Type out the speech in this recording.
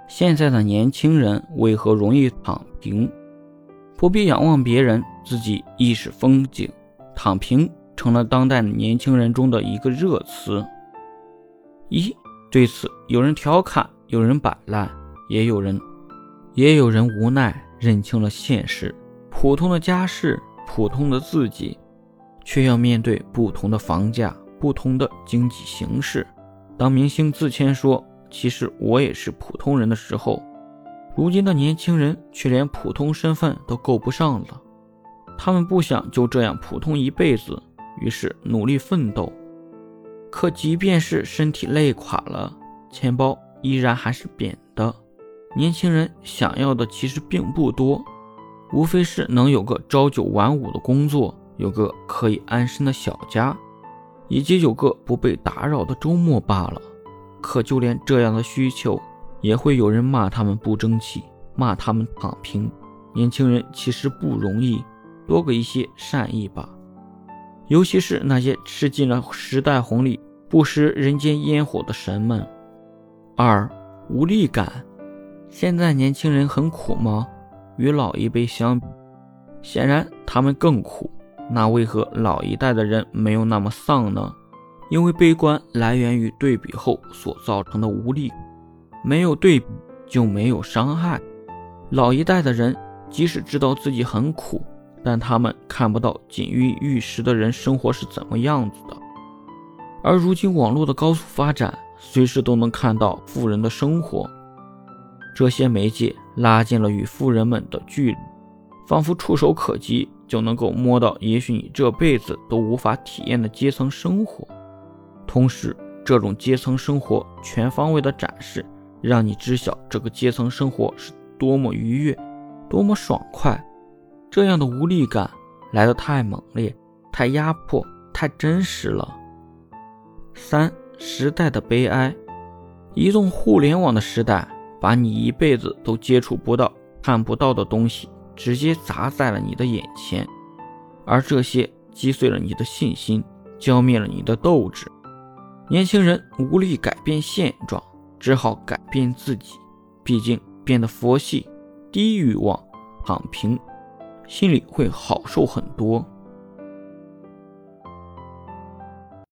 现在的年轻人为何容易躺平？不必仰望别人，自己亦是风景。躺平成了当代年轻人中的一个热词。对此有人调侃，有人摆烂，也有人无奈认清了现实。普通的家世，普通的自己，却要面对不同的房价，不同的经济形势。当明星自谦说其实我也是普通人的时候，如今的年轻人却连普通身份都够不上了。他们不想就这样普通一辈子，于是努力奋斗。可即便是身体累垮了，钱包依然还是扁的。年轻人想要的其实并不多，无非是能有个朝九晚五的工作，有个可以安身的小家，以及有个不被打扰的周末罢了。可就连这样的需求，也会有人骂他们不争气，骂他们躺平。年轻人其实不容易，多个一些善意吧。尤其是那些吃尽了时代红利，不食人间烟火的神们。无力感。现在年轻人很苦吗？与老一辈相比，显然他们更苦。那为何老一代的人没有那么丧呢？因为悲观来源于对比后所造成的无力，没有对比就没有伤害。老一代的人即使知道自己很苦，但他们看不到锦衣玉食的人生活是怎么样子的。而如今网络的高速发展，随时都能看到富人的生活，这些媒介拉近了与富人们的距离，仿佛触手可及就能够摸到也许你这辈子都无法体验的阶层生活。同时这种阶层生活全方位的展示，让你知晓这个阶层生活是多么愉悦，多么爽快。这样的无力感来得太猛烈，太压迫，太真实了。时代的悲哀。移动互联网的时代，把你一辈子都接触不到、看不到的东西直接砸在了你的眼前，而这些击碎了你的信心，浇灭了你的斗志。年轻人无力改变现状，只好改变自己，毕竟变得佛系、低欲望、躺平，心里会好受很多。